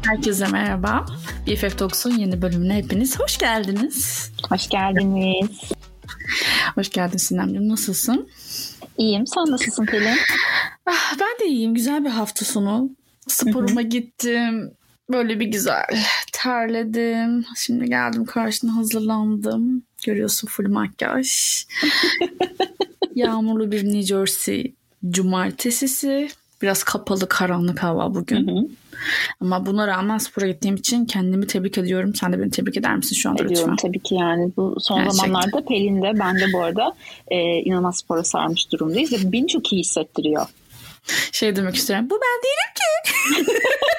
Herkese merhaba. BFF Talks'un yeni bölümüne hepiniz hoş geldiniz. Hoş geldiniz. Hoş geldin Sinemciğim. Nasılsın? İyiyim. Sen nasılsın Pelin? Ben de iyiyim. Güzel bir hafta sonu. Sporuma gittim. Böyle bir güzel terledim. Şimdi geldim karşına hazırlandım. Görüyorsun full makyaj. Yağmurlu bir New Jersey cumartesisi. Biraz kapalı, karanlık hava bugün. Ama buna rağmen spora gittiğim için kendimi tebrik ediyorum. Sen de beni tebrik eder misin şu anda ediyorum, lütfen? tabii ki yani. Bu son gerçekten zamanlarda Pelin de ben de bu arada inanılmaz spora sarmış durumdayız. Ve beni çok iyi hissettiriyor. Şey demek istiyorum. Bu ben değilim ki.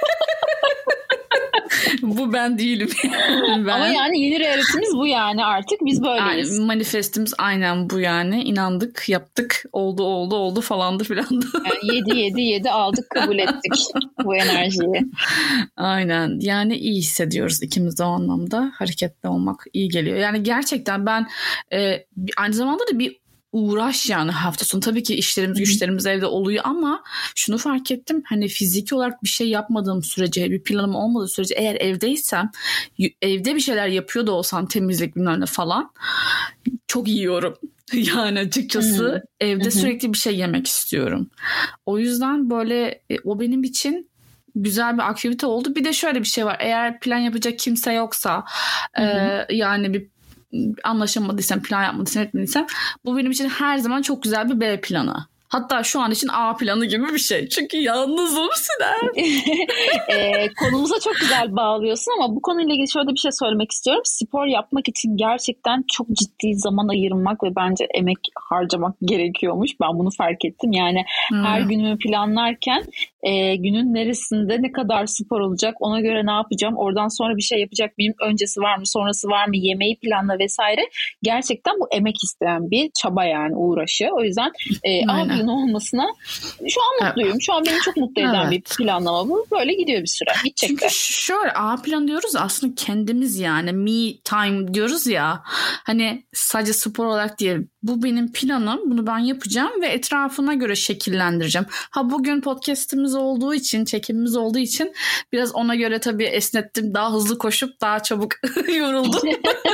Bu ben değilim. Ama yani yeni realitimiz bu yani, artık biz böyleyiz. Yani manifestimiz aynen bu yani. İnandık, yaptık, oldu falandı filandı. Yani 7 aldık, kabul ettik bu enerjiyi. Aynen, yani iyi hissediyoruz ikimiz de o anlamda. Hareketli olmak iyi geliyor. Yani gerçekten ben aynı zamanda da bir uğraş yani hafta sonu. Tabii ki işlerimiz güçlerimiz evde oluyor ama şunu fark ettim. Hani fiziki olarak bir şey yapmadığım sürece, bir planım olmadığı sürece, eğer evdeysem, evde bir şeyler yapıyor da olsam, temizlik bilmem ne falan, çok yiyorum. Yani açıkçası evde sürekli bir şey yemek istiyorum. O yüzden böyle o benim için güzel bir aktivite oldu. Bir de şöyle bir şey var. Eğer plan yapacak kimse yoksa yani bir anlaşamadıysam, plan yapmadıysam, etmediysem, bu benim için her zaman çok güzel bir B planı. Hatta şu an için A planı gibi bir şey. Çünkü yalnızım Sinem. Konumuza çok güzel bağlıyorsun ama bu konuyla ilgili şöyle bir şey söylemek istiyorum. Spor yapmak için gerçekten çok ciddi zaman ayırmak ve bence emek harcamak gerekiyormuş. Ben bunu fark ettim. Yani her günümü planlarken günün neresinde ne kadar spor olacak, ona göre ne yapacağım, oradan sonra bir şey yapacak mıyım, öncesi var mı, sonrası var mı, yemeği planla vesaire. Gerçekten bu emek isteyen bir çaba yani, uğraşı. O yüzden A olmasına şu an mutluyum. Şu an beni çok mutlu eden bir planlama bu. Böyle gidiyor bir süre. Gidecek. Çünkü şöyle A plan diyoruz aslında kendimiz, yani me time diyoruz ya. Hani sadece spor olarak değil. Bu benim planım. Bunu ben yapacağım ve etrafına göre şekillendireceğim. Bugün podcast'imiz olduğu için, çekimimiz olduğu için biraz ona göre tabii esnettim. Daha hızlı koşup daha çabuk yoruldum.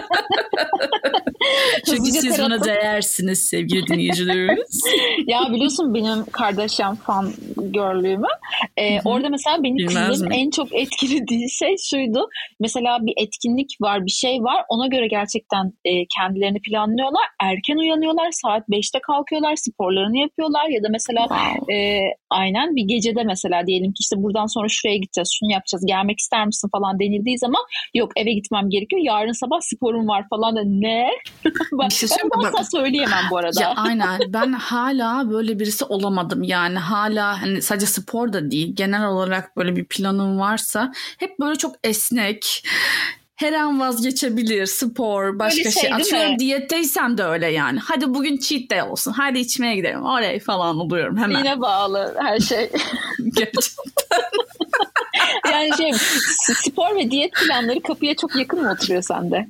Çünkü siz buna değersiniz sevgili dinleyicilerimiz. Ya biliyorsun benim Kardashian fan girl'lüğümü. Orada mesela benim kızım en çok etkilediği şey şuydu. Mesela bir etkinlik var, bir şey var. Ona göre gerçekten kendilerini planlıyorlar. Erken uyanıyorlar. Saat 5'te kalkıyorlar. Sporlarını yapıyorlar. Ya da mesela aynen bir gecede mesela diyelim ki işte buradan sonra şuraya gideceğiz, şunu yapacağız, gelmek ister misin falan denildiği zaman yok, eve gitmem gerekiyor, yarın sabah sporum var falan da ne? Ben asla söyleyemem bu arada. Ya aynen, ben hala böyle birisi olamadım yani, hala hani sadece spor da değil, genel olarak böyle bir planım varsa hep böyle çok esnek, her an vazgeçebilir, spor, başka şey. Atıyorum diyetteysem de öyle yani. Hadi bugün cheat day olsun. Hadi içmeye gidelim. Oraya falan oluyorum hemen. Yine bağlı her şey. Gerçekten. Yani spor ve diyet planları kapıya çok yakın mı oturuyor sende?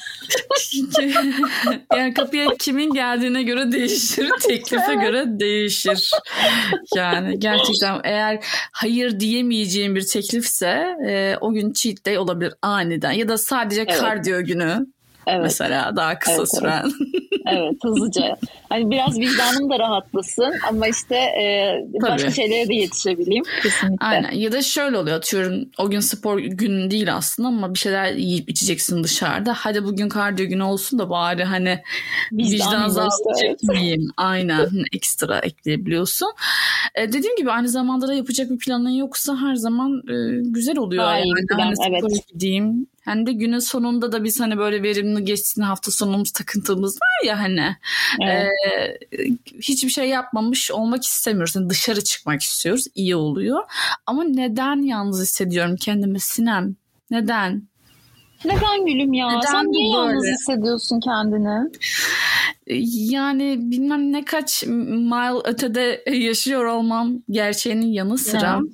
Yani kapıya kimin geldiğine göre değişir. Teklife göre değişir. Yani gerçekten eğer hayır diyemeyeceğim bir teklifse o gün cheat day olabilir aniden. Ya da sadece kardiyo günü. Evet. Mesela daha kısa süren. Evet, hızlıca. Hani biraz vicdanım da rahatlasın ama işte başka şeylere de yetişebileyim kesinlikle. Aynen. Ya da şöyle oluyor, atıyorum o gün spor günü değil aslında ama bir şeyler yiyip içeceksin dışarıda. Hadi bugün kardiyo günü olsun da bari hani vicdan azabı çekmeyeyim. Aynen, ekstra ekleyebiliyorsun. Dediğim gibi aynı zamanda da yapacak bir planın yoksa her zaman güzel oluyor. Yani spora gideyim. Hani de günün sonunda da biz hani böyle verimli geçsin, hafta sonumuz takıntımız var ya hani. Evet. Hiçbir şey yapmamış olmak istemiyoruz. Yani dışarı çıkmak istiyoruz. İyi oluyor. Ama neden yalnız hissediyorum kendimi Sinem? Neden? Neden gülüm ya? Neden sen niye yalnız hissediyorsun kendini? Yani bilmem ne kaç mile ötede yaşıyor olmam gerçeğinin yanı sıra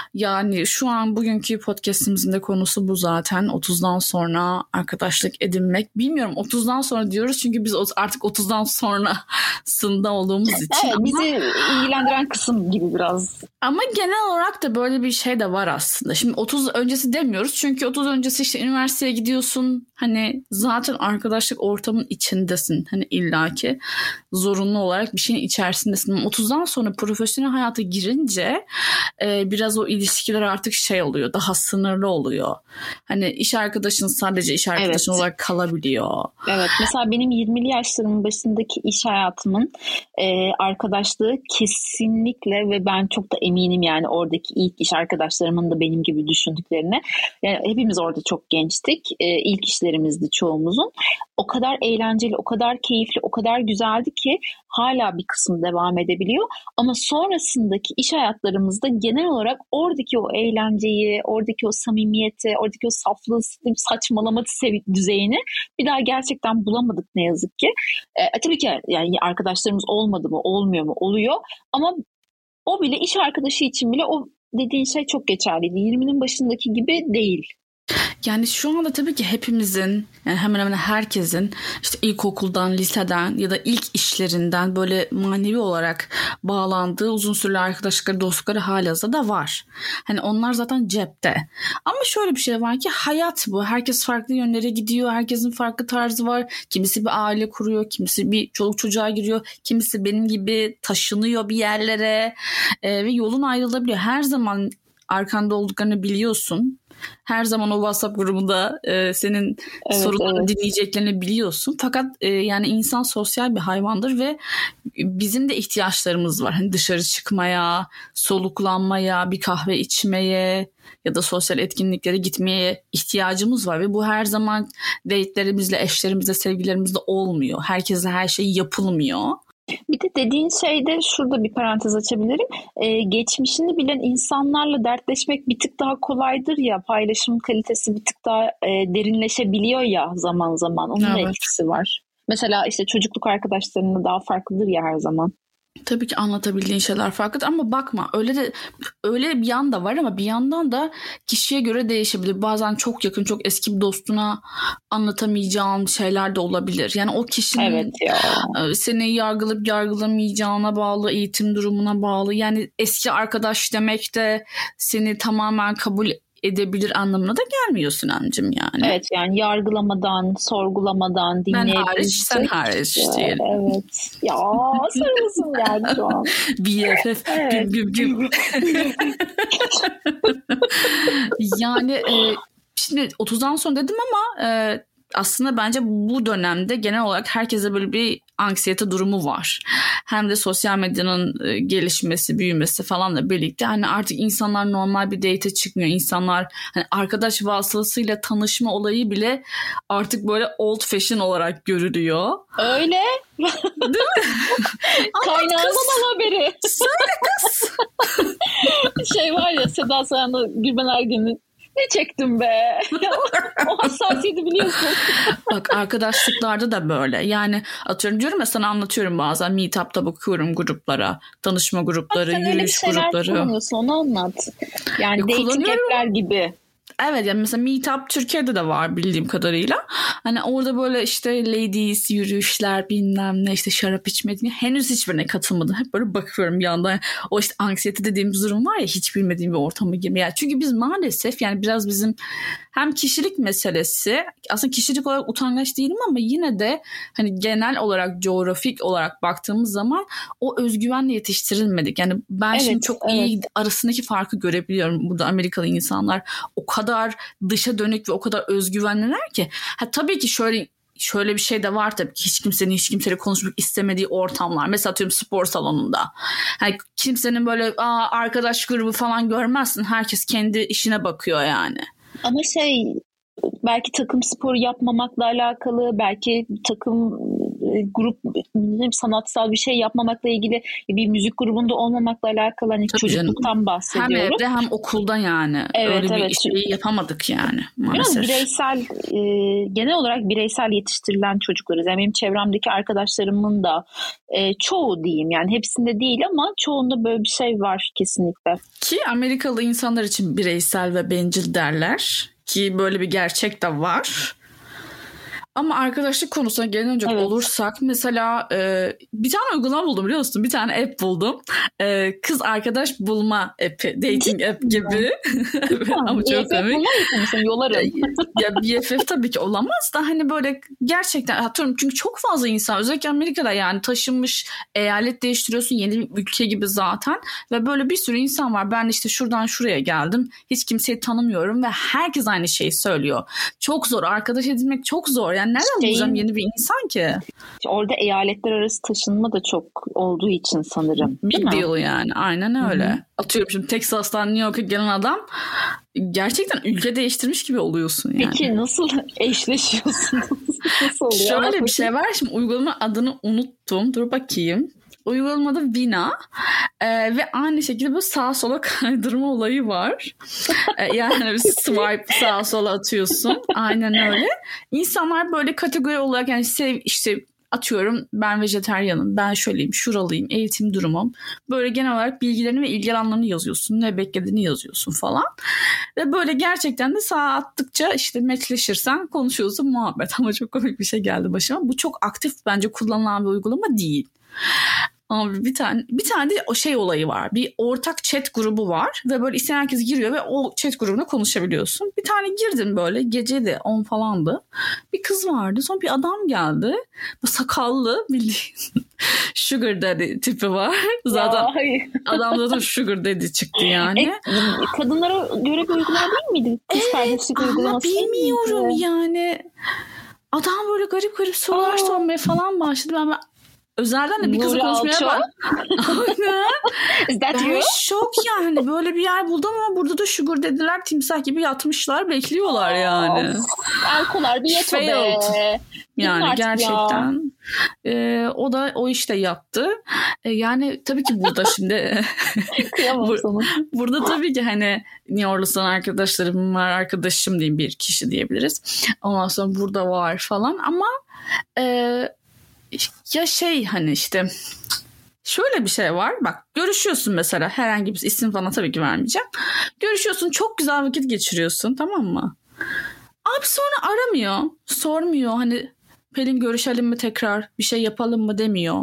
Yani şu an bugünkü podcastimizin de konusu bu zaten. 30'dan sonra arkadaşlık edinmek. Bilmiyorum 30'dan sonra diyoruz çünkü biz artık 30'dan sonrasında olduğumuz için. Evet, bizi ilgilendiren kısım gibi biraz. Ama genel olarak da böyle bir şey de var aslında. Şimdi 30 öncesi demiyoruz çünkü 30 öncesi işte üniversiteye gidiyorsun. Hani zaten arkadaşlık ortamının içindesin. Hani illaki zorunlu olarak bir şeyin içerisindesin. 30'dan sonra profesyonel hayata girince biraz o ilişkiler artık şey oluyor. Daha sınırlı oluyor. Hani iş arkadaşın sadece iş arkadaşın olarak kalabiliyor. Evet. Mesela benim 20'li yaşlarımın başındaki iş hayatımın arkadaşlığı kesinlikle ve ben çok da eminim yani oradaki ilk iş arkadaşlarımın da benim gibi düşündüklerine. Yani hepimiz orada çok gençtik. İlk işlerimizdi çoğumuzun. O kadar eğlenceli, o kadar keyifli, o kadar güzeldi ki hala bir kısmı devam edebiliyor. Ama sonrasındaki iş hayatlarımızda genel olarak oradaki o eğlenceyi, oradaki o samimiyeti, oradaki o saflığı, saçmalama düzeyini bir daha gerçekten bulamadık ne yazık ki. Tabii ki yani arkadaşlarımız olmadı mı, olmuyor mu, oluyor. Ama o bile iş arkadaşı için bile o dediğin şey çok geçerliydi. 20'nin başındaki gibi değil. Yani şu anda tabii ki hepimizin, yani hemen hemen herkesin işte ilkokuldan, liseden ya da ilk işlerinden böyle manevi olarak bağlandığı uzun süreli arkadaşlıkları, dostlukları halihazırda var. Hani onlar zaten cepte. Ama şöyle bir şey var ki hayat bu. Herkes farklı yönlere gidiyor. Herkesin farklı tarzı var. Kimisi bir aile kuruyor. Kimisi bir çoluk çocuğa giriyor. Kimisi benim gibi taşınıyor bir yerlere. Ve yolun ayrılabiliyor. Her zaman arkanda olduklarını biliyorsun. Her zaman o WhatsApp grubunda senin sorularını dinleyeceklerini biliyorsun. Fakat yani insan sosyal bir hayvandır ve bizim de ihtiyaçlarımız var. Hani dışarı çıkmaya, soluklanmaya, bir kahve içmeye ya da sosyal etkinliklere gitmeye ihtiyacımız var. Ve bu her zaman date'lerimizle, eşlerimizle, sevgilerimizle olmuyor. Herkesle her şey yapılmıyor. Bir de dediğin şeyde şurada bir parantez açabilirim. Geçmişini bilen insanlarla dertleşmek bir tık daha kolaydır ya. Paylaşım kalitesi bir tık daha derinleşebiliyor ya zaman zaman. Onun da etkisi var. Mesela işte çocukluk arkadaşlarına daha farklıdır ya her zaman. Tabii ki anlatabildiğin şeyler farklı ama bakma öyle bir yan da var ama bir yandan da kişiye göre değişebilir. Bazen çok yakın, çok eski bir dostuna anlatamayacağın şeyler de olabilir. Yani o kişinin seni yargılayıp yargılamayacağına bağlı, eğitim durumuna bağlı. Yani eski arkadaş demek de seni tamamen kabul edebilir anlamına da gelmiyor Sinancığım yani. Evet yani yargılamadan, sorgulamadan dinleyebilirsin. Ben hariç, sen hariç diyelim. Evet. Ya sarılsın yani şu an. BFF evet. Güm. Yani şimdi 30'dan sonra dedim ama aslında bence bu dönemde genel olarak herkese böyle bir anksiyete durumu var. Hem de sosyal medyanın gelişmesi, büyümesi falanla birlikte hani artık insanlar normal bir date'e çıkmıyor. İnsanlar hani arkadaş vasıtasıyla tanışma olayı bile artık böyle old fashion olarak görülüyor. Öyle. Değil mi? Kaynağından haberi. Söyle kız. Şey var ya Seda Sayan'la Gülben Ergen'in ne çektim be. O hassasiyeti biliyorsun. Bak arkadaşlıklarda da böyle. Yani atıyorum diyorum ya sana anlatıyorum bazen Meetup'ta bakıyorum gruplara. Tanışma grupları, yürüyüş grupları. Sen kullanıyorsun onu anlat. Yani dating app'ler gibi. Evet yani mesela Meetup Türkiye'de de var bildiğim kadarıyla. Hani orada böyle işte ladies, yürüyüşler bilmem ne işte şarap içmediğini henüz hiçbirine katılmadım. Hep böyle bakıyorum bir yandan. O işte anksiyete dediğimiz durum var ya hiç bilmediğim bir ortama girmeye. Yani çünkü biz maalesef yani biraz bizim hem kişilik meselesi aslında kişilik olarak utangaç değilim ama yine de hani genel olarak coğrafik olarak baktığımız zaman o özgüvenle yetiştirilmedik. Yani ben şimdi çok iyi arasındaki farkı görebiliyorum. Burada Amerikalı insanlar o kadar dışa dönük ve o kadar özgüvenliler ki. Tabii ki şöyle bir şey de var tabii ki hiç kimseyle konuşmak istemediği ortamlar. Mesela atıyorum spor salonunda. Yani kimsenin böyle arkadaş grubu falan görmezsin. Herkes kendi işine bakıyor yani. Ama belki takım sporu yapmamakla alakalı, belki takım grup, sanatsal bir şey yapmamakla ilgili, bir müzik grubunda olmamakla alakalı hani çocukluktan bahsediyorum. Hem evde hem okulda yani. Evet, öyle bir şeyi yapamadık yani maalesef. Bireysel, genel olarak bireysel yetiştirilen çocuklarız. Yani benim çevremdeki arkadaşlarımın da çoğu diyeyim, yani hepsinde değil ama çoğunda böyle bir şey var kesinlikle. Ki Amerikalı insanlar için bireysel ve bencil derler ki böyle bir gerçek de var. Ama arkadaşlık konusuna gelince olursak mesela bir tane uygulama buldum, biliyor musun? Bir tane app buldum. Kız arkadaş bulma app'i. Dating app gibi. Ama çok komik. Yolarım. Ya BFF tabii ki olamaz da hani böyle gerçekten atıyorum, çünkü çok fazla insan özellikle Amerika'da yani taşınmış, eyalet değiştiriyorsun, yeni bir ülke gibi zaten ve böyle bir sürü insan var. Ben işte şuradan şuraya geldim. Hiç kimseyi tanımıyorum ve herkes aynı şeyi söylüyor. Çok zor. Arkadaş edinmek çok zor. Yani nereden bulacağım yeni bir insan ki? Orada eyaletler arası taşınma da çok olduğu için sanırım. Big deal yani. Aynen öyle. Hı-hı. Atıyorum şimdi Texas'tan New York'a gelen adam gerçekten ülke değiştirmiş gibi oluyorsun yani. Peki nasıl eşleşiyorsun? Nasıl oluyor? Şöyle bir şey var. Şimdi uygulama adını unuttum. Dur bakayım. Uygulamada Vina ve aynı şekilde böyle sağa sola kaydırma olayı var. Yani swipe sağa sola atıyorsun. Aynen öyle. İnsanlar böyle kategori olarak yani işte atıyorum ben vejetaryenim, ben şöyleyim, şuralıyım, eğitim durumum. Böyle genel olarak bilgilerini ve ilgi alanlarını yazıyorsun. Ne beklediğini yazıyorsun falan. Ve böyle gerçekten de sağa attıkça işte matchleşirsen konuşuyorsun, muhabbet. Ama çok komik bir şey geldi başıma. Bu çok aktif bence kullanılan bir uygulama değil. Ama bir tane de o şey olayı var. Bir ortak chat grubu var ve böyle isteyen herkes giriyor ve o chat grubuna konuşabiliyorsun. Bir tane girdim böyle, gece de 10 falandı. Bir kız vardı, sonra bir adam geldi. Sakallı, bildiğin sugar daddy tipi var. Zaten adamda da sugar daddy çıktı yani. Kadınlara göre bir uygulama değil miydi? Kız kardeşlik uygulaması. Bilmiyorum yani. Adam böyle garip sorular sormaya falan başladı. Ben özelden de bir kızı konuşmaya bak. Ben şok yani. Böyle bir yer buldum ama burada da sugar dediler, timsah gibi yatmışlar, bekliyorlar yani. Alkolar bir yeto be. Yani gerçekten. O da o işte yattı. Yani tabii ki burada şimdi burada tabii ki hani New Orleans'tan arkadaşlarım var. Arkadaşım diyeyim, bir kişi diyebiliriz. Ondan sonra burada var falan ama ya şey hani işte şöyle bir şey var. Bak görüşüyorsun mesela, herhangi bir isim falan tabii ki vermeyeceğim. Görüşüyorsun, çok güzel vakit geçiriyorsun, tamam mı? Abi sonra aramıyor, sormuyor, hani Pelin görüşelim mi tekrar, bir şey yapalım mı demiyor.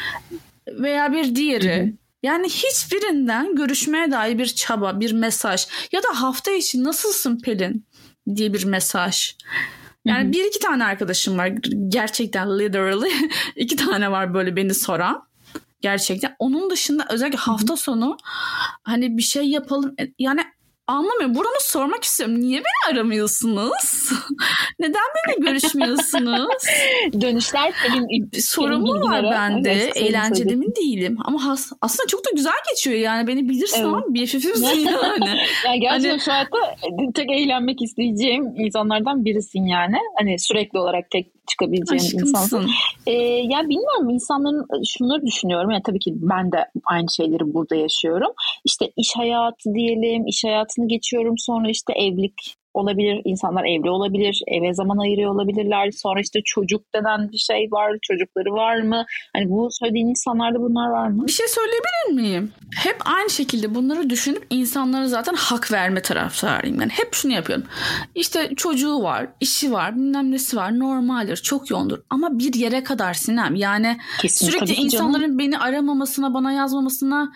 Veya bir diğeri yani hiçbirinden görüşmeye dair bir çaba, bir mesaj ya da hafta içi nasılsın Pelin diye bir mesaj. Yani bir iki tane arkadaşım var gerçekten, literally 2 tane var böyle beni soran gerçekten. Onun dışında özellikle hafta sonu hani bir şey yapalım yani anlamıyorum. Buranı sormak istiyorum. Niye beni aramıyorsunuz? Neden benimle görüşmüyorsunuz? Dönüşler sorun mu var bende? Eğlenceli mi değilim? Ama aslında çok da güzel geçiyor yani. Beni bilirsin ama BFF'imsin yani. Yani gerçekten hani, şu hayatta tek eğlenmek isteyeceğim insanlardan birisin yani. Hani sürekli olarak tek çıkabileceğim insansın. Yani bilmiyorum, insanların şunları düşünüyorum. Yani tabii ki ben de aynı şeyleri burada yaşıyorum. İşte iş hayatı diyelim, iş hayatını geçiyorum. Sonra işte evlilik olabilir. İnsanlar evli olabilir. Eve zaman ayırıyor olabilirler. Sonra işte çocuk denen bir şey var. Çocukları var mı? Hani bu söylediğin insanlarda bunlar var mı? Bir şey söyleyebilir miyim? Hep aynı şekilde bunları düşünüp insanlara zaten hak verme taraftarıyım. Yani hep şunu yapıyorum. İşte çocuğu var, işi var, bilmem nesi var. Normaldir, çok yoğundur. Ama bir yere kadar Sinem. Yani kesinlikle, sürekli insanların beni aramamasına, bana yazmamasına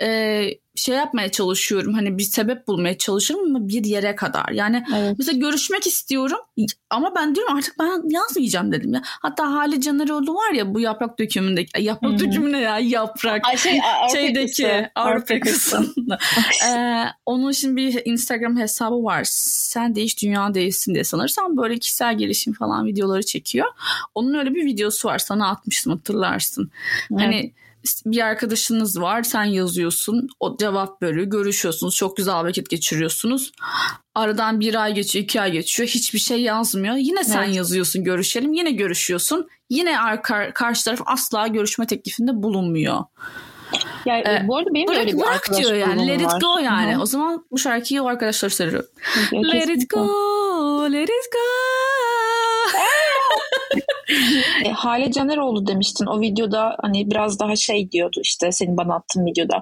şey yapmaya çalışıyorum. Hani bir sebep bulmaya çalışıyorum ama bir yere kadar. Yani mesela görüşmek istiyorum ama ben diyorum artık ben yazmayacağım dedim ya. Hatta Hale Caneroğlu var ya bu yaprak dökümündeki, yaprak dökümü ne ya, yaprak şeydeki Avrupa kısmında. Onun şimdi bir Instagram hesabı var. Sen değiş dünya değilsin diye, sanırsam böyle kişisel gelişim falan videoları çekiyor. Onun öyle bir videosu var, sana atmıştım, hatırlarsın. Hani bir arkadaşınız var, sen yazıyorsun, o cevap veriyor, görüşüyorsunuz, çok güzel vakit geçiriyorsunuz. Aradan 1 ay geçiyor, 2 ay geçiyor, hiçbir şey yazmıyor. Yine sen yazıyorsun, görüşelim, yine görüşüyorsun. Yine karşı taraf asla görüşme teklifinde bulunmuyor. Yani bu arada benim de öyle bir arkadaş diyor yani. Let it var. go yani. Hı-hı. O zaman bu şarkıyı o arkadaşlara söylüyorum. Let it go, let it go. Hale Caneroğlu demiştin. O videoda hani biraz daha şey diyordu işte, senin bana attığın videoda.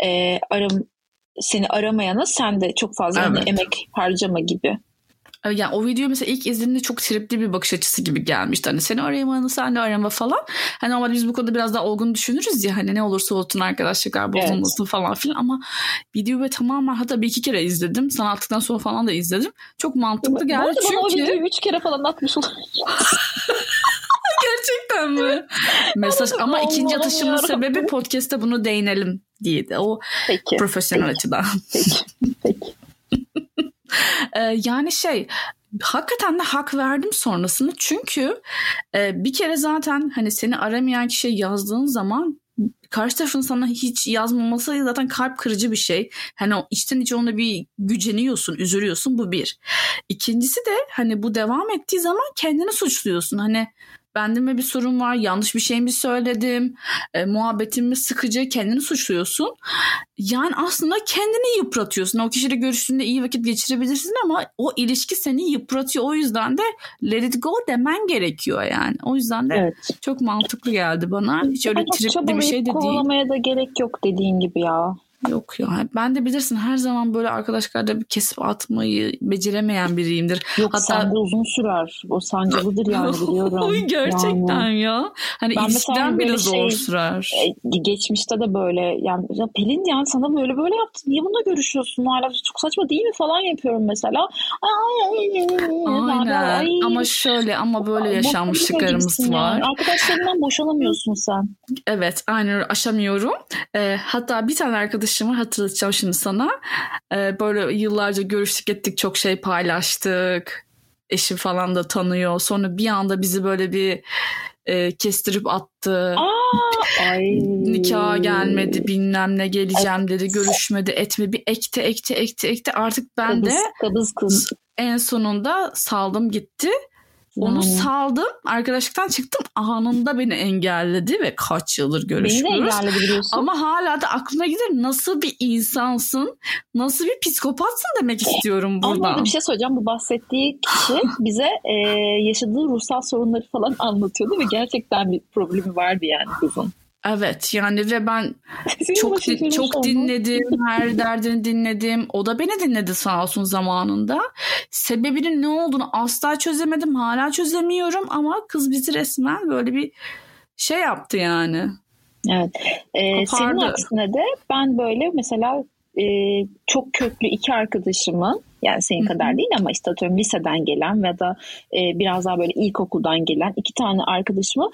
Seni aramayana sen de çok fazla hani emek harcama gibi. Yani o videoyu mesela ilk izlediğimde çok tripli bir bakış açısı gibi gelmişti. Hani seni arayamanı sen de arama falan. Hani normalde biz bu konuda biraz daha olgun düşünürüz ya. Hani ne olursa olsun arkadaşlıklar bozulmasın falan filan. Ama videoyu tamamen, hatta 1-2 kere izledim. Sana attıktan sonra falan da izledim. Çok mantıklı geldi çünkü. Bana o videoyu 3 kere falan atmış olur. Gerçekten mi? Mesaj ama ikinci atışımın sebebi podcast'te bunu değinelim diyeydi. O profesyonel açıdan. Peki. Yani hakikaten de hak verdim sonrasında, çünkü bir kere zaten hani seni aramayan kişiye yazdığın zaman karşı tarafın sana hiç yazmaması zaten kalp kırıcı bir şey. Hani o içten içe ona bir güceniyorsun, üzülüyorsun, bu bir. İkincisi de hani bu devam ettiği zaman kendini suçluyorsun. Hani bende mi bir sorun var, yanlış bir şey mi söyledim, muhabbetim mi sıkıcı, kendini suçluyorsun. Yani aslında kendini yıpratıyorsun. O kişiyle görüştüğünde iyi vakit geçirebilirsin ama o ilişki seni yıpratıyor. O yüzden de let it go demen gerekiyor yani. O yüzden de çok mantıklı geldi bana. Hiç öyle tripli bir şey de değil. Kovalamaya da gerek yok dediğin gibi ya. Yok ya. Ben de bilirsin her zaman böyle arkadaşlarla bir kesip atmayı beceremeyen biriyimdir. Yok, sende uzun sürer. O sancılıdır yani, biliyorum. Gerçekten yani. Ya. Hani ben ilişkiden bile zor sürer. Geçmişte de böyle yani, ya Pelin yani sana böyle yaptın. Niye bununla görüşüyorsun? Hala çok saçma değil mi falan yapıyorum mesela. Aynen. Ama şöyle ama böyle yaşanmışlıklarımız var. Yani. Arkadaşlarından boşalamıyorsun sen. Evet, aynen, aşamıyorum. Hatta bir tane arkadaşımı hatırlatacağım şimdi sana. Böyle yıllarca görüştük ettik, çok şey paylaştık. Eşim falan da tanıyor. Sonra bir anda bizi böyle bir kestirip attı. Nikaha gelmedi, bilmem ne geleceğim dedi. Görüşmedi, etme, bir ekti. Artık ben de kız. En sonunda saldım gitti. Onu saldım, arkadaşlıktan çıktım, anında beni engelledi ve kaç yıldır görüşmüyoruz. Beni de engelledi biliyorsun. Ama hala da aklına gelir, nasıl bir insansın, nasıl bir psikopatsın demek istiyorum buradan. Ama bir şey söyleyeceğim, bu bahsettiği kişi bize yaşadığı ruhsal sorunları falan anlatıyordu ve gerçekten bir problemi vardı yani kızın. Evet yani ve ben çok dinledim, her derdini dinledim. O da beni dinledi sağ olsun zamanında. Sebebinin ne olduğunu asla çözemedim, hala çözemiyorum ama kız bizi resmen böyle bir şey yaptı yani. Evet. Senin aksine de ben böyle mesela çok köklü 2 arkadaşımı, yani senin kadar değil ama işte atıyorum liseden gelen ve da biraz daha böyle ilkokuldan gelen 2 tane arkadaşımı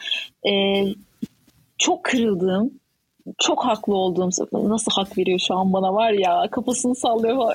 çok kırıldığım, çok haklı olduğum, nasıl hak veriyor şu an bana var ya, kafasını sallıyor falan.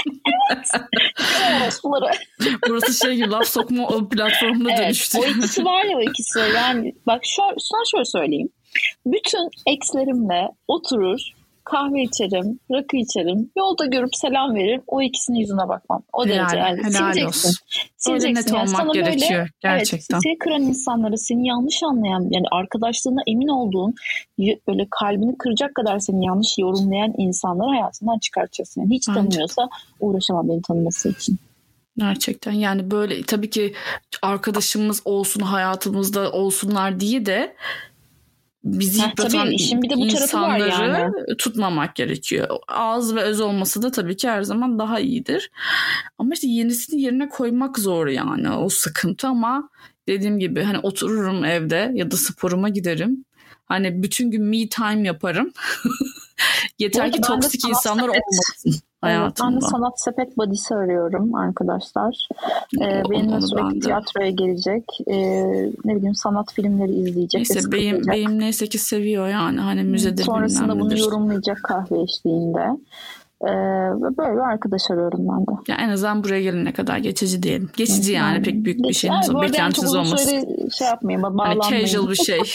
Burası gibi laf sokma platformuna dönüştü. O ikisi var ya, o ikisi. Yani bak sana şöyle söyleyeyim. Bütün exlerimle oturur, kahve içerim, rakı içerim, yolda görüp selam veririm. O ikisinin yüzüne bakmam. O derece yani. Sileceksin. Öyle net olmak sana gerekiyor böyle, gerçekten. Seni kıran insanları, seni yanlış anlayan, yani arkadaşlığına emin olduğun, böyle kalbini kıracak kadar seni yanlış yorumlayan insanları hayatından çıkartacaksın. Yani hiç tanımıyorsa uğraşamam beni tanıması için. Gerçekten yani böyle tabii ki arkadaşımız olsun, hayatımızda olsunlar diye de bizi yıpratan bir de bu insanları yani tutmamak gerekiyor. Az ve öz olması da tabii ki her zaman daha iyidir. Ama işte yenisini yerine koymak zor yani, o sıkıntı. Ama dediğim gibi hani otururum evde ya da sporuma giderim. Hani bütün gün me time yaparım. Yeter ki toksik insanlar olmasın hayatımda. Ben de sanat sepet body'si arıyorum arkadaşlar. Benimle sürekli tiyatroya gelecek. Ne bileyim, sanat filmleri izleyecek. Neyse beyim neyse ki seviyor yani. Hani müzede sonrasında bunu yorumlayacak kahve eşliğinde. Ve böyle bir arkadaş arıyorum ben de. Ya en azından buraya gelene kadar geçici diyelim. Geçici yani pek büyük bir şeyimiz yok. Beklentiniz olmasın. Yani şey yapmayayım, bağlanmayın. Hani casual bir şey.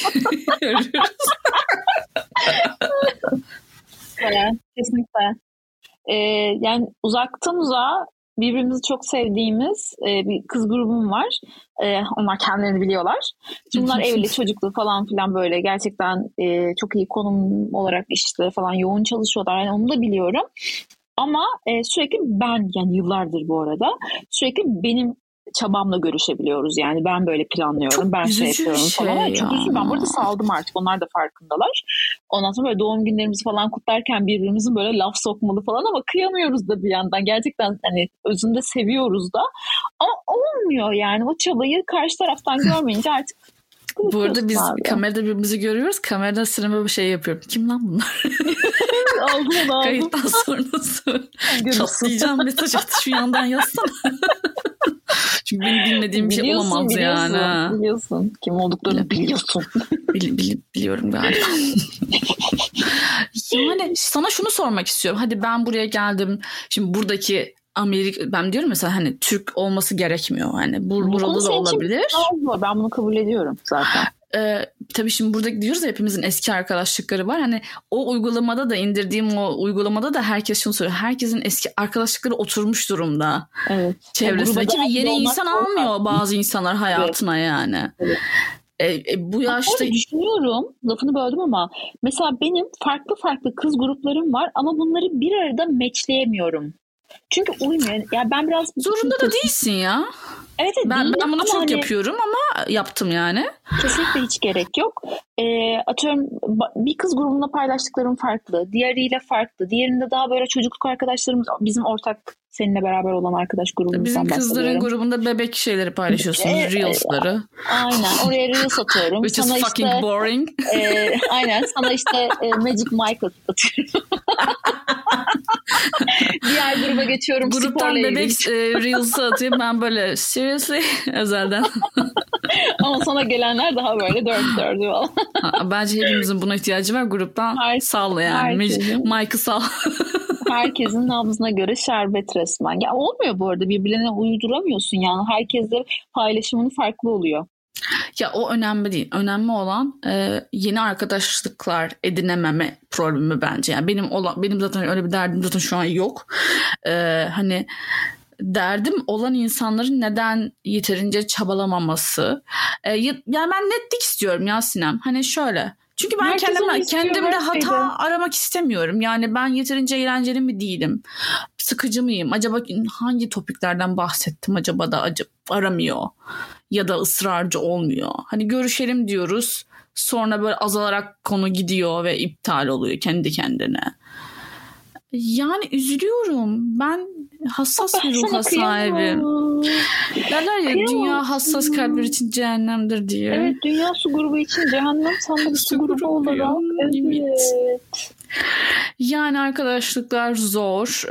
Kesinlikle. Yani uzaktan uzağa birbirimizi çok sevdiğimiz bir kız grubum var. Onlar kendilerini biliyorlar. Şimdi bunlar evli, çocuklu falan filan böyle gerçekten çok iyi konum olarak işte falan yoğun çalışıyorlar. Yani onu da biliyorum. Ama sürekli ben, yani yıllardır bu arada sürekli benim çabamla görüşebiliyoruz. Yani ben böyle planlıyorum. Çok ben şey yapıyorum falan. Çok üzücü. Ben burada saldım artık. Onlar da farkındalar. Ondan sonra böyle doğum günlerimizi falan kutlarken birbirimizin böyle laf sokmalı falan ama kıyamıyoruz da bir yandan. Gerçekten hani özünde seviyoruz da. Ama olmuyor yani. O çabayı karşı taraftan görmeyince artık bu arada biz kamerada birbirimizi görüyoruz. Kamerada sırama bir şey yapıyorum. Kim lan bunlar? aldım. Kayıttan sonrası. Çatlayacağım, mesaj at şu yandan yazsana. Çünkü benim bilmediğim bir şey olamaz yani. Biliyorsun. Kim olduklarını biliyorsun. Biliyorum galiba. Yani sana şunu sormak istiyorum. Hadi ben buraya geldim. Şimdi buradaki Amerika, ben diyorum mesela hani Türk olması gerekmiyor. Hani buralı da olabilir. Ben bunu kabul ediyorum zaten. Tabii şimdi burada diyoruz ya, hepimizin eski arkadaşlıkları var. Hani o uygulamada da indirdiğim o uygulamada da herkes şunu söylüyor. Herkesin eski arkadaşlıkları oturmuş durumda. Evet. Çevresindeki ve yeni insan almıyor bazı insanlar hayatına yani. Evet. Bu yaşta düşünüyorum, lafını böldüm ama mesela benim farklı kız gruplarım var ama bunları bir arada matchleyemiyorum. Çünkü uymuyor. Yani ben biraz zorunda da değilsin ya. Evet, ben bunu çok yapıyorum ama yaptım yani. Kesinlikle hiç gerek yok. Atıyorum bir kız grubunda paylaştıklarım farklı. Diğeriyle farklı. Diğerinde daha böyle çocukluk arkadaşlarımız, bizim ortak seninle beraber olan arkadaş grubumuzdan bahsediyorum. Bizim kızların grubunda bebek şeyleri paylaşıyorsunuz. Reels'ları. Aynen. Oraya Reels atıyorum. Which sana is fucking işte, boring. Aynen. Sana işte Magic Mike atıyorum. Diğer gruba geçiyorum. Gruptan bebek Reels'ı atayım. Ben böyle seriously özelden. Ama sana gelenler daha böyle dört falan. Bence hepimizin buna ihtiyacı var. Gruptan sal yani. Mike'ı sal. Herkesin nabzına göre şerbet resmen. Ya olmuyor bu arada, birbirine uyduramıyorsun yani. Herkesle paylaşımın farklı oluyor. Ya o önemli değil. Önemli olan yeni arkadaşlıklar edinememe problemi bence. Yani benim zaten öyle bir derdim zaten şu an yok. Hani derdim olan insanların neden yeterince çabalamaması. Yani ben netlik istiyorum ya Sinem. Hani şöyle. Çünkü ben kendimde hata aramak istemiyorum. Yani ben yeterince eğlenceli mi değilim? Sıkıcı mıyım? Acaba hangi topiklerden bahsettim acaba da aramıyor? Ya da ısrarcı olmuyor. Hani görüşelim diyoruz. Sonra böyle azalarak konu gidiyor ve iptal oluyor kendi kendine. Yani üzülüyorum. Ben hassas bir ruha sahibim. Derler ya dünya hassas kalpler için cehennemdir diye. Evet, dünya su grubu için cehennem, sandım su grubu olarak. Evet. Yani arkadaşlıklar zor.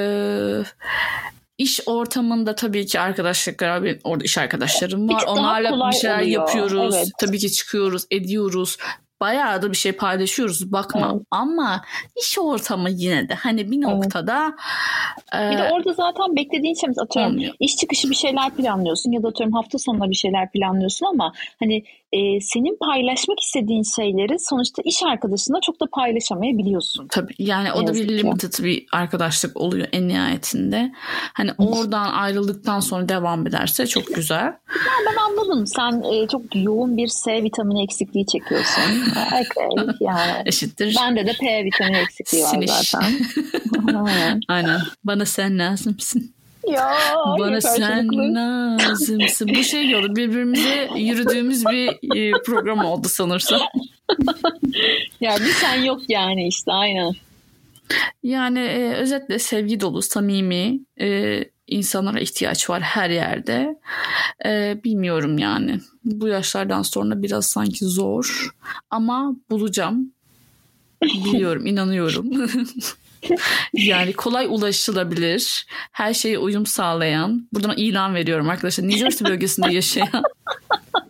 İş ortamında tabii ki arkadaşlıklar, orada iş arkadaşlarım var. Onlarla bir şeyler yapıyoruz. Evet. Tabii ki çıkıyoruz, ediyoruz. Bayağı da bir şey paylaşıyoruz, bakma. Evet. Ama iş ortamı yine de hani bir noktada bir de orada zaten beklediğin şey, atıyorum olmuyor. İş çıkışı bir şeyler planlıyorsun ya da atıyorum hafta sonunda bir şeyler planlıyorsun ama hani senin paylaşmak istediğin şeyleri sonuçta iş arkadaşınla çok da paylaşamayabiliyorsun. Tabii yani o da bir limited bir arkadaşlık oluyor en nihayetinde. Hani oradan ayrıldıktan sonra devam ederse çok güzel. Yani ben anladım. Sen çok yoğun bir C vitamini eksikliği çekiyorsun. Okay, yani. Eşittir. Bende de P vitamini eksikliği var zaten. Aynen. Bana sen lazımsın. Ya, bana sen lazımsın. Bu şey oldu. Birbirimize yürüdüğümüz bir program oldu sanırsam. Ya bir sen yok yani işte, aynen. Yani özetle sevgi dolu, samimi insanlara ihtiyaç var her yerde. Bilmiyorum yani. Bu yaşlardan sonra biraz sanki zor. Ama bulacağım. Biliyorum, inanıyorum. Yani kolay ulaşılabilir, her şeye uyum sağlayan, buradan ilan veriyorum arkadaşlar, New Jersey bölgesinde yaşayan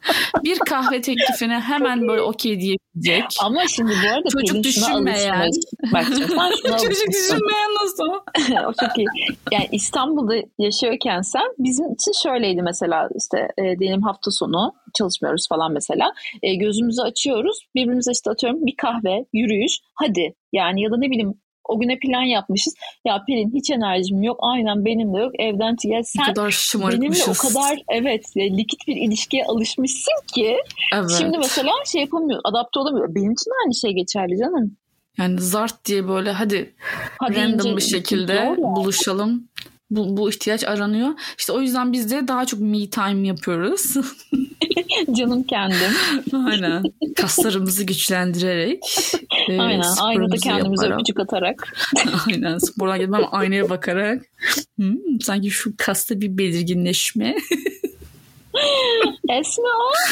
Bir kahve teklifine hemen böyle okey diyebilecek. Ama şimdi bu arada çocuk düşünmeyen. Bak şuna çocuk düşünmeyen nasıl? O çok iyi. Yani İstanbul'da yaşıyorken sen bizim için şöyleydi mesela işte diyelim hafta sonu çalışmıyoruz falan mesela. Gözümüzü açıyoruz. Birbirimize işte atıyorum bir kahve, yürüyüş. Hadi yani ya da ne bileyim o güne plan yapmışız. Ya Pelin hiç enerjim yok. Aynen benim de yok. Evden çık. Sen benimle o kadar likit bir ilişkiye alışmışsın ki şimdi mesela şey yapamıyor. Adapte olamıyor. Benim için de aynı şey geçerli canım. Yani zart diye böyle hadi random bir şekilde buluşalım. Bu ihtiyaç aranıyor. İşte o yüzden biz de daha çok me time yapıyoruz. Canım kendim. Aynen. Kaslarımızı güçlendirerek. Aynen. Aynada kendimize öpücük atarak. Aynen. Spordan gitmem aynaya bakarak. Sanki şu kasta bir belirginleşme. Esma.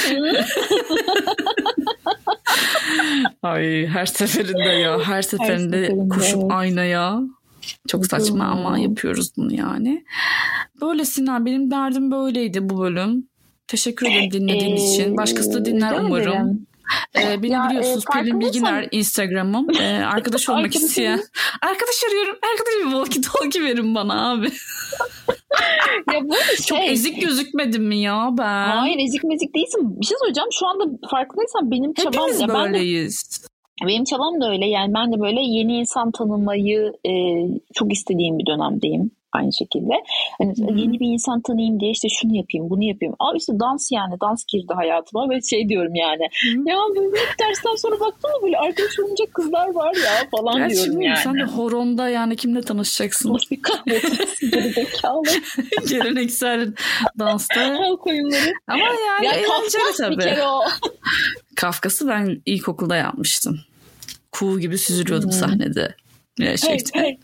Ay her seferinde ya. Her seferinde koşup aynaya. Çok saçma ama yapıyoruz bunu yani. Böyle Sinan, benim derdim böyleydi bu bölüm. Teşekkür ederim dinlediğin için. Başkası da dinler umarım. Beni biliyorsunuz Pelin Bilginer Instagram'ım. Arkadaş olmak isteyen. Arkadaş arıyorum. Arkadaş walkie talkie verin bana abi. Ya bu çok ezik gözükmedim mi ya ben? Hayır, ezik mezik değilsin. Bir şey söyleyeceğim. Şu anda farkındaysan benim çabam. Hepimiz ya, böyleyiz. Benim çabam da öyle. Yani ben de böyle yeni insan tanımayı çok istediğim bir dönemdeyim. Aynı şekilde. Hani yeni bir insan tanıyayım diye işte şunu yapayım, bunu yapayım. İşte dans yani. Dans girdi hayatıma ve şey diyorum yani. Ya böyle dersten sonra baktım mı böyle arkadaş olunacak kızlar var ya falan ya diyorum yani. Sen de horonda yani kimle tanışacaksın? Bir kahretsin. Gerizekalı. Geleneksel dansta. Halk oyunları. Ama yani eğlenceli tabii. Bir kere o. Kafkas'ı ben ilkokulda yapmıştım. Kuğu gibi süzülüyordum sahnede. Hey.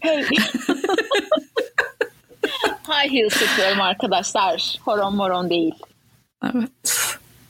High heels sıkıyorum arkadaşlar. Horon moron değil. Evet.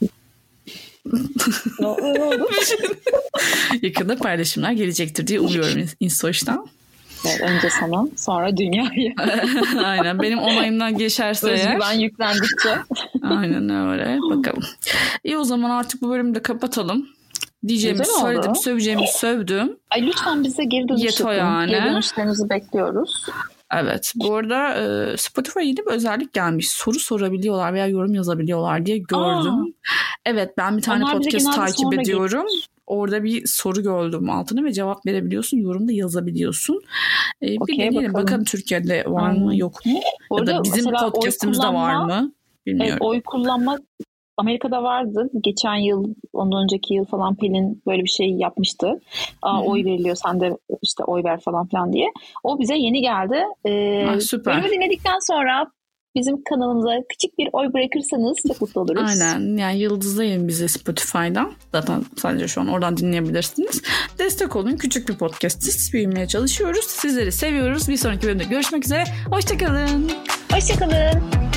Ne oldu? Yakında paylaşımlar gelecektir diye umuyorum Instoş'tan. Evet, önce sana, sonra dünyaya. Aynen. Benim onayımdan geçerse özgüven yüklendikçe. Aynen öyle. Bakalım. İyi, o zaman artık bu bölümü de kapatalım. Diyeceğimi söyledim, söveceğimi sövdüm. Ay lütfen bize geri dönüş yapın. Yani. Geri dönüşlerinizi bekliyoruz. Evet. Bu arada Spotify'a yeni bir özellik gelmiş. Soru sorabiliyorlar veya yorum yazabiliyorlar diye gördüm. Evet, ben bir tane podcast takip ediyorum. Orada bir soru gördüm altına ve cevap verebiliyorsun. Yorum da yazabiliyorsun. Bir deneyelim. Bakalım Türkiye'de var mı yok mu? Ya da bizim podcast'imizde var mı? Bilmiyorum. Oy kullanma Amerika'da vardı. Geçen yıl, ondan önceki yıl falan Pelin böyle bir şey yapmıştı. Oy veriliyor, sen de işte oy ver falan filan diye. O bize yeni geldi. Süper. Bölümü dinledikten sonra bizim kanalımıza küçük bir oy bırakırsanız çok mutlu oluruz. Aynen. Yani yıldızlayın bizi Spotify'dan. Zaten sadece şu an oradan dinleyebilirsiniz. Destek olun. Küçük bir podcast'iz. Büyümeye çalışıyoruz. Sizleri seviyoruz. Bir sonraki bölümde görüşmek üzere. Hoşçakalın. Hoşçakalın.